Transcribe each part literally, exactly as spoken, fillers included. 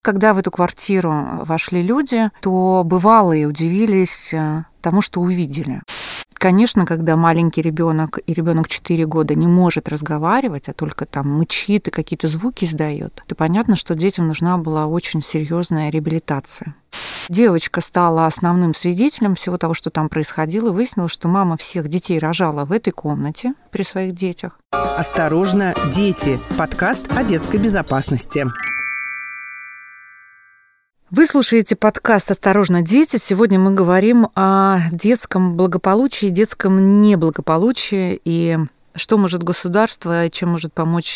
Когда в эту квартиру вошли люди, то бывалые удивились тому, что увидели. Конечно, когда маленький ребенок и ребенок четыре года не может разговаривать, а только там мычит и какие-то звуки издает, то понятно, что детям нужна была очень серьезная реабилитация. Девочка стала основным свидетелем всего того, что там происходило. Выяснилось, что мама всех детей рожала в этой комнате при своих детях. «Осторожно, дети» – подкаст о детской безопасности. Вы слушаете подкаст «Осторожно, дети». Сегодня мы говорим о детском благополучии, детском неблагополучии и что может государство, чем может помочь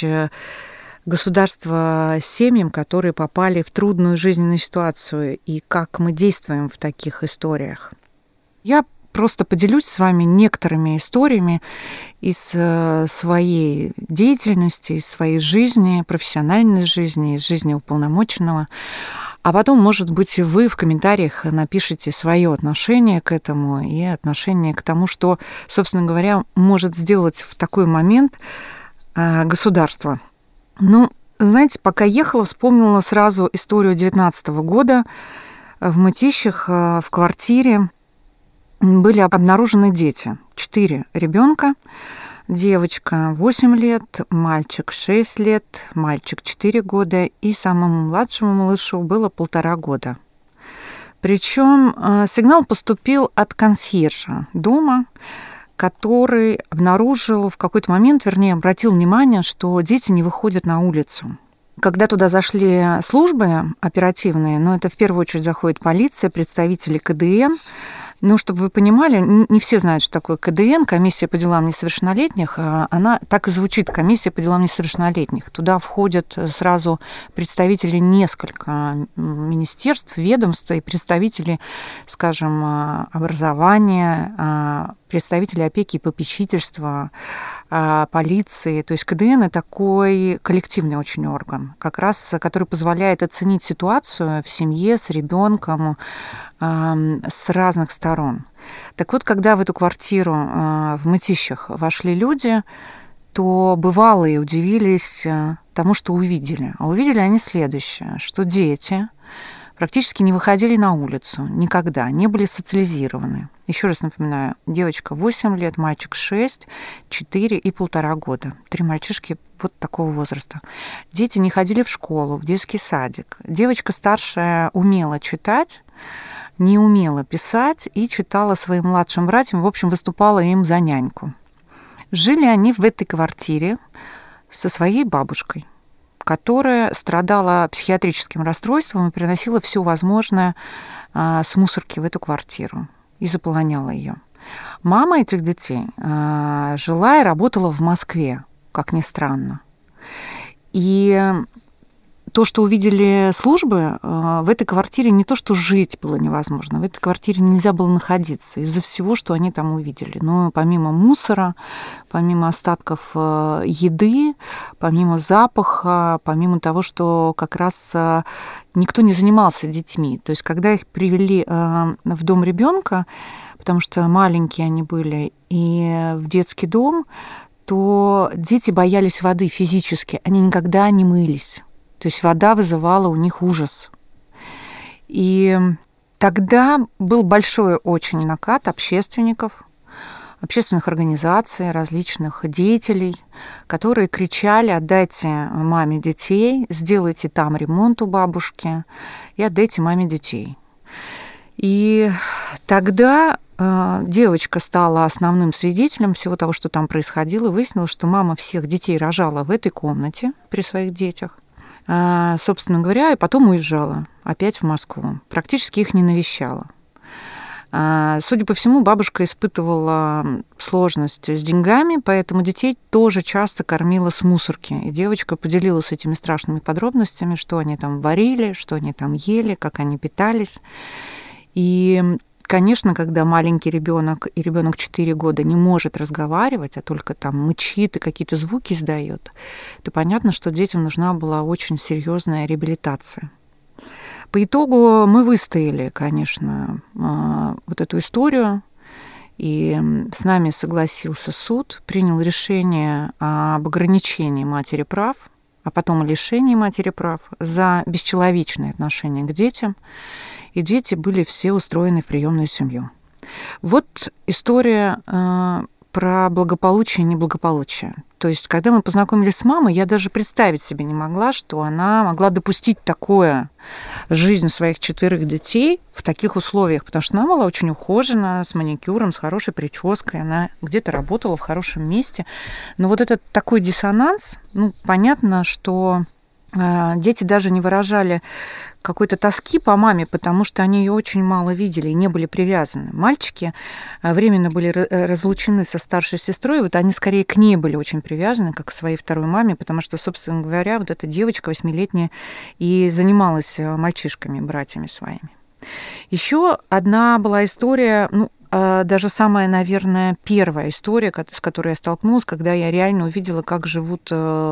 государство семьям, которые попали в трудную жизненную ситуацию, и как мы действуем в таких историях. Я просто поделюсь с вами некоторыми историями из своей деятельности, из своей жизни, профессиональной жизни, из жизни уполномоченного. А потом, может быть, вы в комментариях напишите свое отношение к этому и отношение к тому, что, собственно говоря, может сделать в такой момент государство. Ну, знаете, пока ехала, вспомнила сразу историю девятнадцатого года. В Мытищах в квартире были обнаружены дети. Четыре ребенка. Девочка восемь лет, мальчик шесть лет, мальчик четыре года, и самому младшему малышу было полтора года. Причем сигнал поступил от консьержа дома, который обнаружил в какой-то момент, вернее, обратил внимание, что дети не выходят на улицу. Когда туда зашли службы оперативные, но это в первую очередь заходит полиция, представители ка дэ эн. Ну, чтобы вы понимали, не все знают, что такое ка дэ эн, комиссия по делам несовершеннолетних. Она так и звучит, комиссия по делам несовершеннолетних. Туда входят сразу представители нескольких министерств, ведомств и представители, скажем, образования, представители опеки и попечительства, полиции. То есть ка дэ эн – это такой коллективный очень орган, как раз, который позволяет оценить ситуацию в семье с ребенком с разных сторон. Так вот, когда в эту квартиру в Мытищах вошли люди, то бывалые удивились тому, что увидели. А увидели они следующее, что дети практически не выходили на улицу никогда, не были социализированы. Еще раз напоминаю, девочка восемь лет, мальчик шесть, четыре и полтора года. Три мальчишки вот такого возраста. Дети не ходили в школу, в детский садик. Девочка старшая умела читать, не умела писать и читала своим младшим братьям, в общем, выступала им за няньку. Жили они в этой квартире со своей бабушкой, которая страдала психиатрическим расстройством и приносила все возможное а, с мусорки в эту квартиру и заполоняла ее. Мама этих детей а, жила и работала в Москве, как ни странно. И то, что увидели службы, в этой квартире не то, что жить было невозможно, в этой квартире нельзя было находиться из-за всего, что они там увидели. Но помимо мусора, помимо остатков еды, помимо запаха, помимо того, что как раз никто не занимался детьми. То есть, когда их привели в дом ребенка, потому что маленькие они были, и в детский дом, то дети боялись воды физически, они никогда не мылись. То есть вода вызывала у них ужас. И тогда был большой очень накат общественников, общественных организаций, различных деятелей, которые кричали: отдайте маме детей, сделайте там ремонт у бабушки и отдайте маме детей. И тогда э, девочка стала основным свидетелем всего того, что там происходило. Выяснилось, что мама всех детей рожала в этой комнате при своих детях. Собственно говоря, и потом уезжала опять в Москву. Практически их не навещала. Судя по всему, бабушка испытывала сложность с деньгами, поэтому детей тоже часто кормила с мусорки. И девочка поделилась этими страшными подробностями, что они там варили, что они там ели, как они питались. И, конечно, когда маленький ребенок и ребенок четыре года не может разговаривать, а только там мычит и какие-то звуки издает, то понятно, что детям нужна была очень серьезная реабилитация. По итогу мы выстояли, конечно, вот эту историю, и с нами согласился суд, принял решение об ограничении матери прав а потом и лишение матери прав за бесчеловечное отношение к детям. И дети были все устроены в приемную семью. Вот история э, про благополучие и неблагополучие. То есть, когда мы познакомились с мамой, я даже представить себе не могла, что она могла допустить такое жизнь своих четверых детей в таких условиях, потому что она была очень ухожена, с маникюром, с хорошей прической, она где-то работала в хорошем месте. Но вот этот такой диссонанс, ну, понятно, что э, дети даже не выражали какой-то тоски по маме, потому что они ее очень мало видели и не были привязаны. Мальчики временно были разлучены со старшей сестрой, вот они скорее к ней были очень привязаны, как к своей второй маме, потому что, собственно говоря, вот эта девочка восьмилетняя и занималась мальчишками, братьями своими. Еще одна была история, ну, даже самая, наверное, первая история, с которой я столкнулась, когда я реально увидела, как живут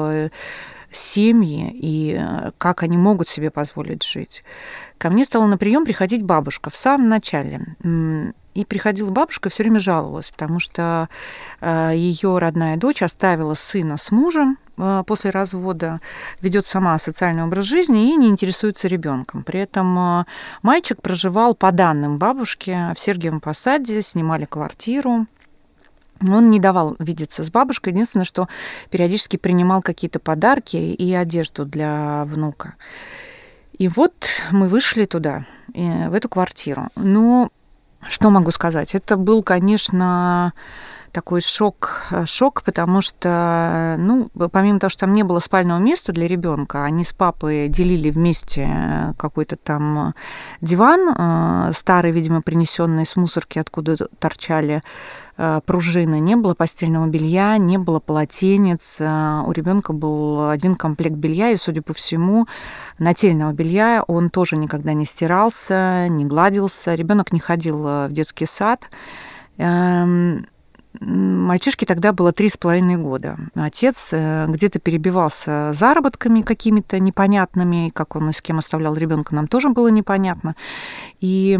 семьи и как они могут себе позволить жить. Ко мне стала на прием приходить бабушка в самом начале. И приходила бабушка, все время жаловалась, потому что ее родная дочь оставила сына с мужем после развода, ведет сама социальный образ жизни и не интересуется ребенком. При этом мальчик проживал, по данным бабушки, в Сергиевом Посаде, снимали квартиру. Он не давал видеться с бабушкой. Единственное, что периодически принимал какие-то подарки и одежду для внука. И вот мы вышли туда, в эту квартиру. Ну, что могу сказать? Это был, конечно, такой шок, шок, потому что, ну, помимо того, что там не было спального места для ребенка, они с папой делили вместе какой-то там диван, старый, видимо, принесенный с мусорки, откуда торчали пружины, не было постельного белья, не было полотенец. У ребенка был один комплект белья, и, судя по всему, нательного белья. Он тоже никогда не стирался, не гладился. Ребенок не ходил в детский сад. Мальчишке тогда было три с половиной года. Отец где-то перебивался заработками какими-то непонятными, как он и с кем оставлял ребенка, нам тоже было непонятно. И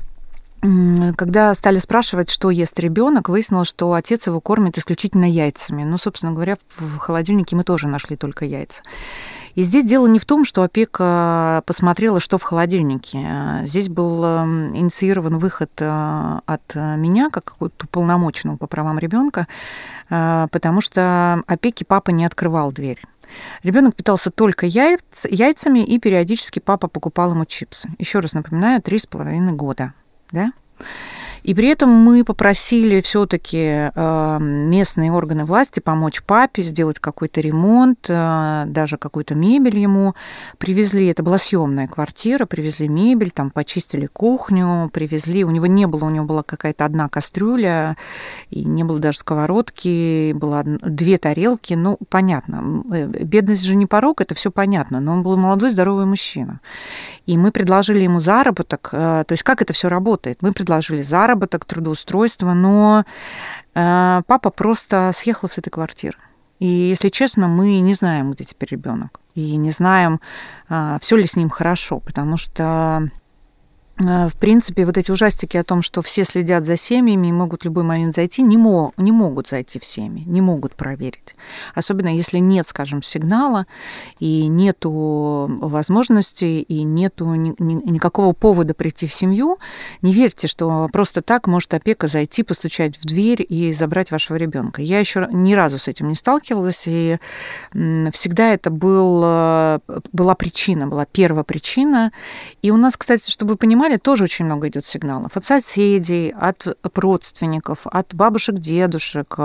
когда стали спрашивать, что ест ребенок, выяснилось, что отец его кормит исключительно яйцами. Ну, собственно говоря, в холодильнике мы тоже нашли только яйца. И здесь дело не в том, что опека посмотрела, что в холодильнике. Здесь был инициирован выход от меня, как какого-то уполномоченного по правам ребенка, потому что опеки папа не открывал дверь. Ребенок питался только яйц, яйцами, и периодически папа покупал ему чипсы. Еще раз напоминаю, три с половиной года. Да? И при этом мы попросили все-таки местные органы власти помочь папе сделать какой-то ремонт, даже какую-то мебель ему привезли. Это была съемная квартира, привезли мебель, там почистили кухню, привезли. У него не было, у него была какая-то одна кастрюля, и не было даже сковородки, было две тарелки. Ну, понятно, бедность же не порок, это все понятно, но он был молодой, здоровый мужчина. И мы предложили ему заработок. То есть как это все работает? Мы предложили заработок, трудоустройство, но папа просто съехал с этой квартиры. И, если честно, мы не знаем, где теперь ребенок, и не знаем, все ли с ним хорошо, потому что, в принципе, вот эти ужастики о том, что все следят за семьями и могут в любой момент зайти, не, мо- не могут зайти в семьи, не могут проверить. Особенно если нет, скажем, сигнала, и нету возможности, и нету ни- ни- никакого повода прийти в семью. Не верьте, что просто так может опека зайти, постучать в дверь и забрать вашего ребенка. Я еще ни разу с этим не сталкивалась, и всегда это был, была причина, была первая причина. И у нас, кстати, чтобы вы понимали, тоже очень много идет сигналов от соседей, от родственников, от бабушек, дедушек,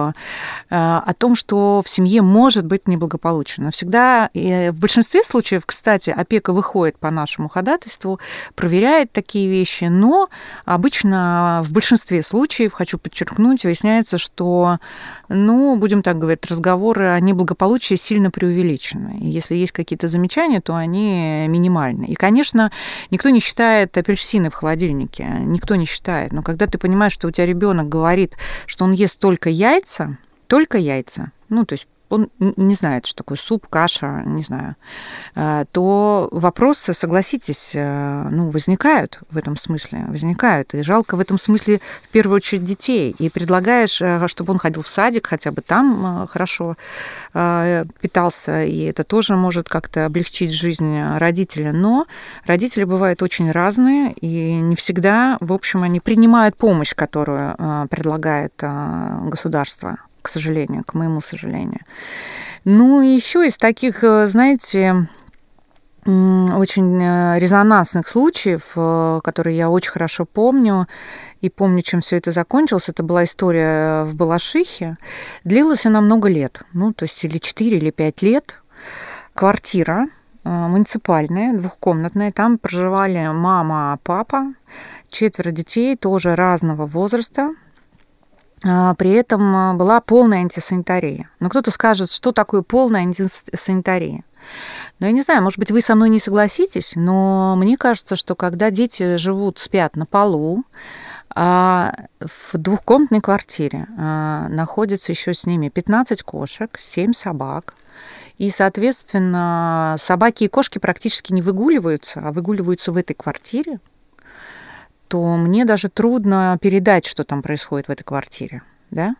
о том, что в семье может быть неблагополучно. Всегда, в большинстве случаев, кстати, опека выходит по нашему ходатайству, проверяет такие вещи, но обычно в большинстве случаев, хочу подчеркнуть, выясняется, что, ну, будем так говорить, разговоры о неблагополучии сильно преувеличены. И если есть какие-то замечания, то они минимальны. И, конечно, никто не считает апельсины в холодильнике, никто не считает. Но когда ты понимаешь, что у тебя ребенок говорит, что он ест только яйца, только яйца, ну, то есть он не знает, что такое суп, каша, не знаю, то вопросы, согласитесь, ну, возникают в этом смысле, возникают. И жалко в этом смысле в первую очередь детей. И предлагаешь, чтобы он ходил в садик, хотя бы там хорошо питался, и это тоже может как-то облегчить жизнь родителя. Но родители бывают очень разные, и не всегда, в общем, они принимают помощь, которую предлагает государство, к сожалению, к моему сожалению. Ну, и еще из таких, знаете, очень резонансных случаев, которые я очень хорошо помню, и помню, чем все это закончилось. Это была история в Балашихе. Длилась она много лет, ну, то есть или четыре, или пять лет. Квартира муниципальная, двухкомнатная. Там проживали мама, папа, четверо детей, тоже разного возраста. При этом была полная антисанитария. Но кто-то скажет, что такое полная антисанитария. Ну, я не знаю, может быть, вы со мной не согласитесь, но мне кажется, что когда дети живут, спят на полу, а в двухкомнатной квартире находится еще с ними пятнадцать кошек, семь собак, и, соответственно, собаки и кошки практически не выгуливаются, а выгуливаются в этой квартире, то мне даже трудно передать, что там происходит в этой квартире, да?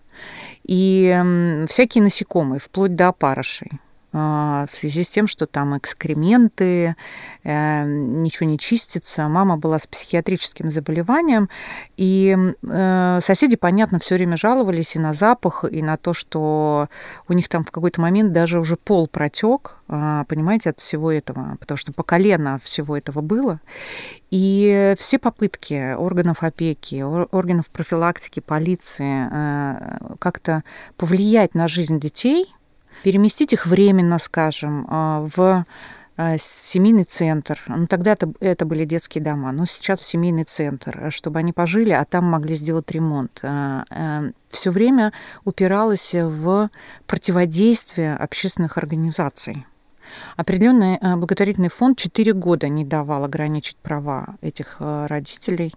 И всякие насекомые, вплоть до опарышей, в связи с тем, что там экскременты, ничего не чистится. Мама была с психиатрическим заболеванием, и соседи, понятно, все время жаловались и на запах, и на то, что у них там в какой-то момент даже уже пол протек, понимаете, от всего этого, потому что по колено всего этого было. И все попытки органов опеки, органов профилактики, полиции как-то повлиять на жизнь детей, переместить их временно, скажем, в семейный центр. Ну, тогда это, это были детские дома, но сейчас в семейный центр, чтобы они пожили, а там могли сделать ремонт. Все время упиралось в противодействие общественных организаций. Определенный благотворительный фонд четыре года не давал ограничить права этих родителей.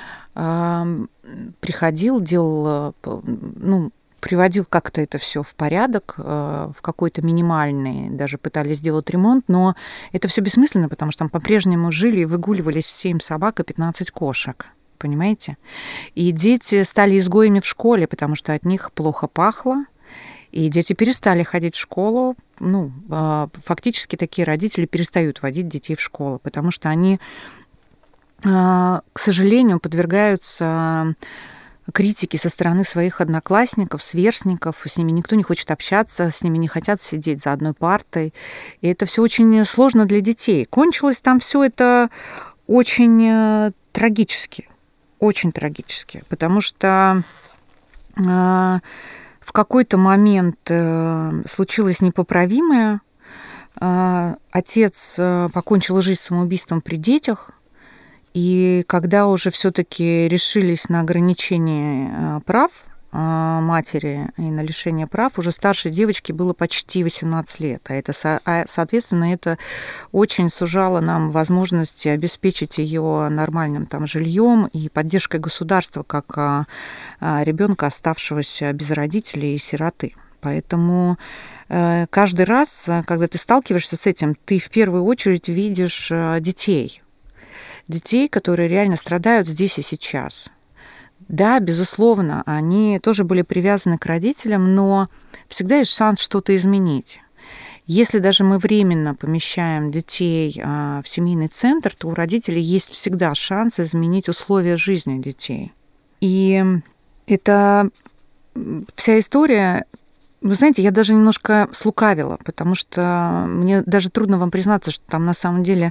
Приходил, делал, ну, приводил как-то это все в порядок, в какой-то минимальный, даже пытались сделать ремонт, но это все бессмысленно, потому что там по-прежнему жили и выгуливались семь собак и пятнадцать кошек, понимаете? И дети стали изгоями в школе, потому что от них плохо пахло, и дети перестали ходить в школу. Ну, фактически такие родители перестают водить детей в школу, потому что они, к сожалению, подвергаются критики со стороны своих одноклассников, сверстников, с ними никто не хочет общаться, с ними не хотят сидеть за одной партой. И это все очень сложно для детей. Кончилось там все это очень трагически, очень трагически, потому что э, в какой-то момент э, случилось непоправимое. Э, отец э, покончил жизнь самоубийством при детях. И когда уже все-таки решились на ограничение прав матери и на лишение прав, уже старшей девочке было почти восемнадцать лет. А это, соответственно, это очень сужало нам возможности обеспечить ее нормальным там жильем и поддержкой государства как ребенка, оставшегося без родителей и сироты. Поэтому каждый раз, когда ты сталкиваешься с этим, ты в первую очередь видишь детей. Детей, которые реально страдают здесь и сейчас. Да, безусловно, они тоже были привязаны к родителям, но всегда есть шанс что-то изменить. Если даже мы временно помещаем детей в семейный центр, то у родителей есть всегда шанс изменить условия жизни детей. И это вся история. Вы знаете, я даже немножко слукавила, потому что мне даже трудно вам признаться, что там на самом деле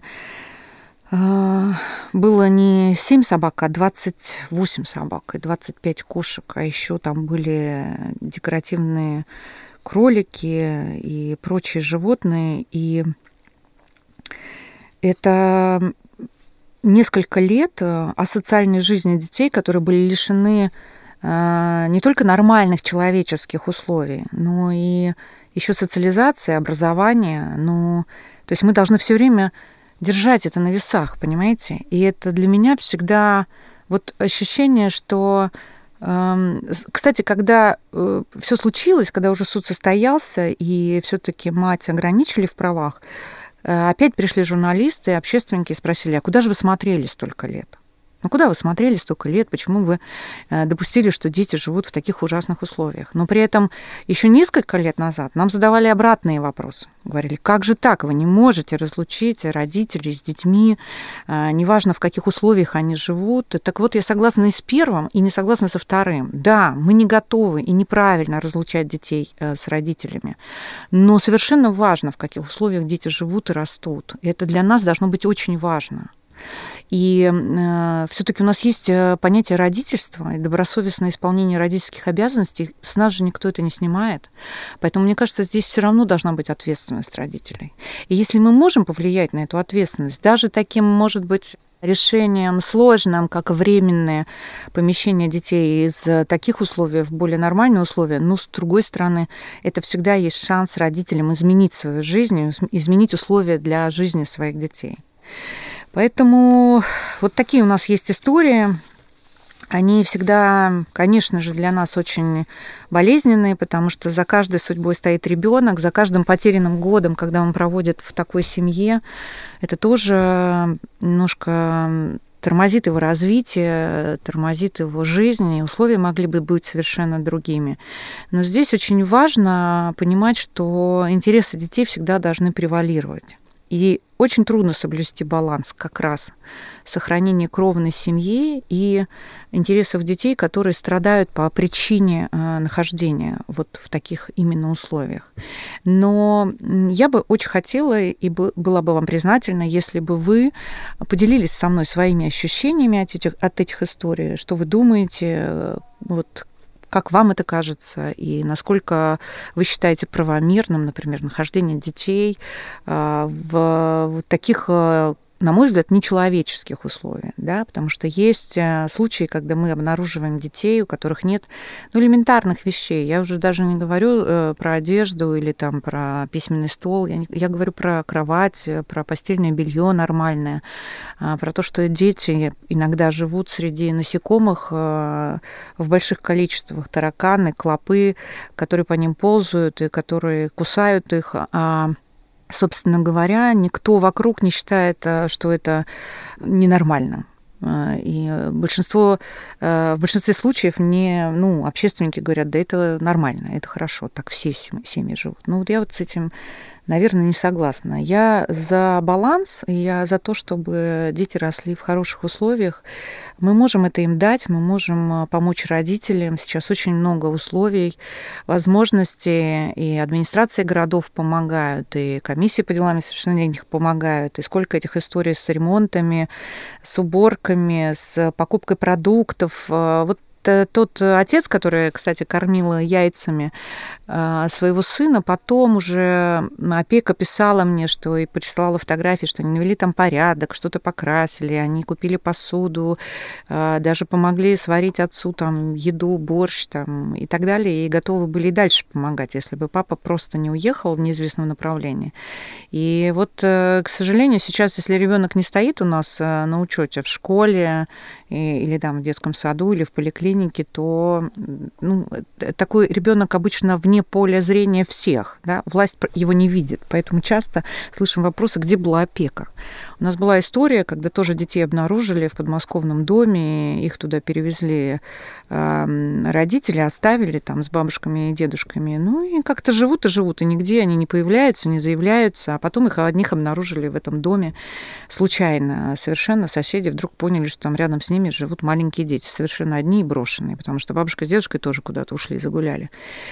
было не семь собак, а двадцать восемь собак и двадцать пять кошек. А еще там были декоративные кролики и прочие животные. И это несколько лет асоциальной жизни детей, которые были лишены не только нормальных человеческих условий, но и еще социализации, образования. Ну, то есть мы должны все время держать это на весах, понимаете? И это для меня всегда вот ощущение, что Кстати, когда все случилось, когда уже суд состоялся, и все-таки мать ограничили в правах, опять пришли журналисты, общественники и спросили: а куда же вы смотрели столько лет? Ну, куда вы смотрели столько лет? Почему вы допустили, что дети живут в таких ужасных условиях? Но при этом еще несколько лет назад нам задавали обратные вопросы. Говорили: как же так? Вы не можете разлучить родителей с детьми, неважно, в каких условиях они живут. Так вот, я согласна и с первым, и не согласна со вторым. Да, мы не готовы и неправильно разлучать детей с родителями, но совершенно важно, в каких условиях дети живут и растут. И это для нас должно быть очень важно. И э, все-таки у нас есть понятие родительства и добросовестное исполнение родительских обязанностей. С нас же никто это не снимает. Поэтому, мне кажется, здесь все равно должна быть ответственность родителей. И если мы можем повлиять на эту ответственность, даже таким, может быть, решением сложным, как временное помещение детей из таких условий в более нормальные условия, но, с другой стороны, это всегда есть шанс родителям изменить свою жизнь, изменить условия для жизни своих детей. Поэтому вот такие у нас есть истории. Они всегда, конечно же, для нас очень болезненные, потому что за каждой судьбой стоит ребенок, за каждым потерянным годом, когда он проводит в такой семье, это тоже немножко тормозит его развитие, тормозит его жизнь, и условия могли бы быть совершенно другими. Но здесь очень важно понимать, что интересы детей всегда должны превалировать. И очень трудно соблюсти баланс как раз сохранения кровной семьи и интересов детей, которые страдают по причине нахождения вот в таких именно условиях. Но я бы очень хотела и была бы вам признательна, если бы вы поделились со мной своими ощущениями от этих, от этих историй, что вы думаете, вот, как вам это кажется, и насколько вы считаете правомерным, например, нахождение детей в вот таких, на мой взгляд, нечеловеческих условиях, да, потому что есть случаи, когда мы обнаруживаем детей, у которых нет, ну, элементарных вещей. Я уже даже не говорю про одежду или там про письменный стол, я, не, я говорю про кровать, про постельное белье нормальное, про то, что дети иногда живут среди насекомых в больших количествах, тараканы, клопы, которые по ним ползают и которые кусают их, а собственно говоря, никто вокруг не считает, что это ненормально. И большинство, в большинстве случаев мне, ну, общественники говорят: да это нормально, это хорошо, так все семьи живут. Ну вот я вот с этим, наверное, не согласна. Я за баланс, я за то, чтобы дети росли в хороших условиях. Мы можем это им дать, мы можем помочь родителям. Сейчас очень много условий, возможностей, и администрации городов помогают, и комиссии по делам несовершеннолетних помогают, и сколько этих историй с ремонтами, с уборками, с покупкой продуктов. Вот тот отец, который, кстати, кормил яйцами своего сына, потом уже опека писала мне, что и прислала фотографии, что они навели там порядок, что-то покрасили, они купили посуду, даже помогли сварить отцу там еду, борщ там, и так далее, и готовы были и дальше помогать, если бы папа просто не уехал в неизвестном направлении. И вот, к сожалению, сейчас, если ребенок не стоит у нас на учете в школе или там в детском саду или в поликлинике, то, ну, такой ребенок обычно вне поля зрения всех, да? Власть его не видит, поэтому часто слышим вопросы: где была опека. У нас была история, когда тоже детей обнаружили в подмосковном доме, их туда перевезли родители, оставили там с бабушками и дедушками, ну и как-то живут и живут, и нигде они не появляются, не заявляются, а потом их одних обнаружили в этом доме случайно. Совершенно соседи вдруг поняли, что там рядом с ними живут маленькие дети, совершенно одни и брошенные, потому что бабушка с дедушкой тоже куда-то ушли, загуляли.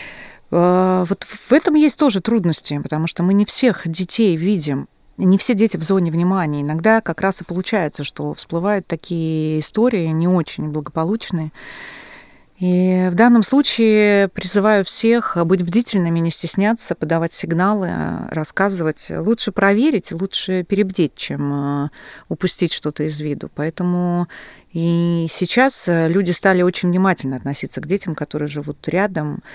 Вот в этом есть тоже трудности, потому что мы не всех детей видим, не все дети в зоне внимания. Иногда как раз и получается, что всплывают такие истории не очень благополучные. И в данном случае призываю всех быть бдительными, не стесняться, подавать сигналы, рассказывать. Лучше проверить, лучше перебдеть, чем упустить что-то из виду. Поэтому и сейчас люди стали очень внимательно относиться к детям, которые живут рядом.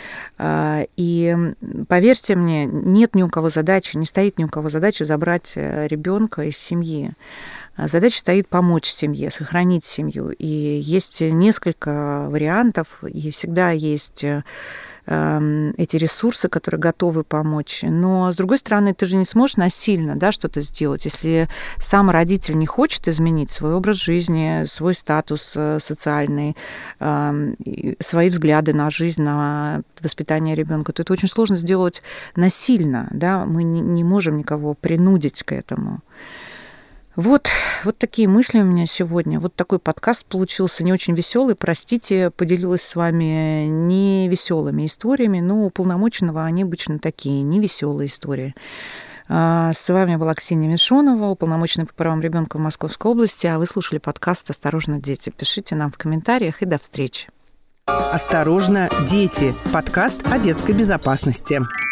И поверьте мне, нет ни у кого задачи, не стоит ни у кого задачи забрать ребенка из семьи. Задача стоит помочь семье, сохранить семью. И есть несколько вариантов, и всегда есть эти ресурсы, которые готовы помочь. Но, с другой стороны, ты же не сможешь насильно, да, что-то сделать. Если сам родитель не хочет изменить свой образ жизни, свой статус социальный, свои взгляды на жизнь, на воспитание ребенка, то это очень сложно сделать насильно. Да? Мы не можем никого принудить к этому. Вот, вот такие мысли у меня сегодня. Вот такой подкаст получился не очень веселый. Простите, поделилась с вами не веселыми историями, но у уполномоченного они обычно такие, не веселые истории. С вами была Ксения Мишонова, уполномоченный по правам ребенка в Московской области, а вы слушали подкаст «Осторожно, дети». Пишите нам в комментариях и до встречи. «Осторожно, дети» – подкаст о детской безопасности.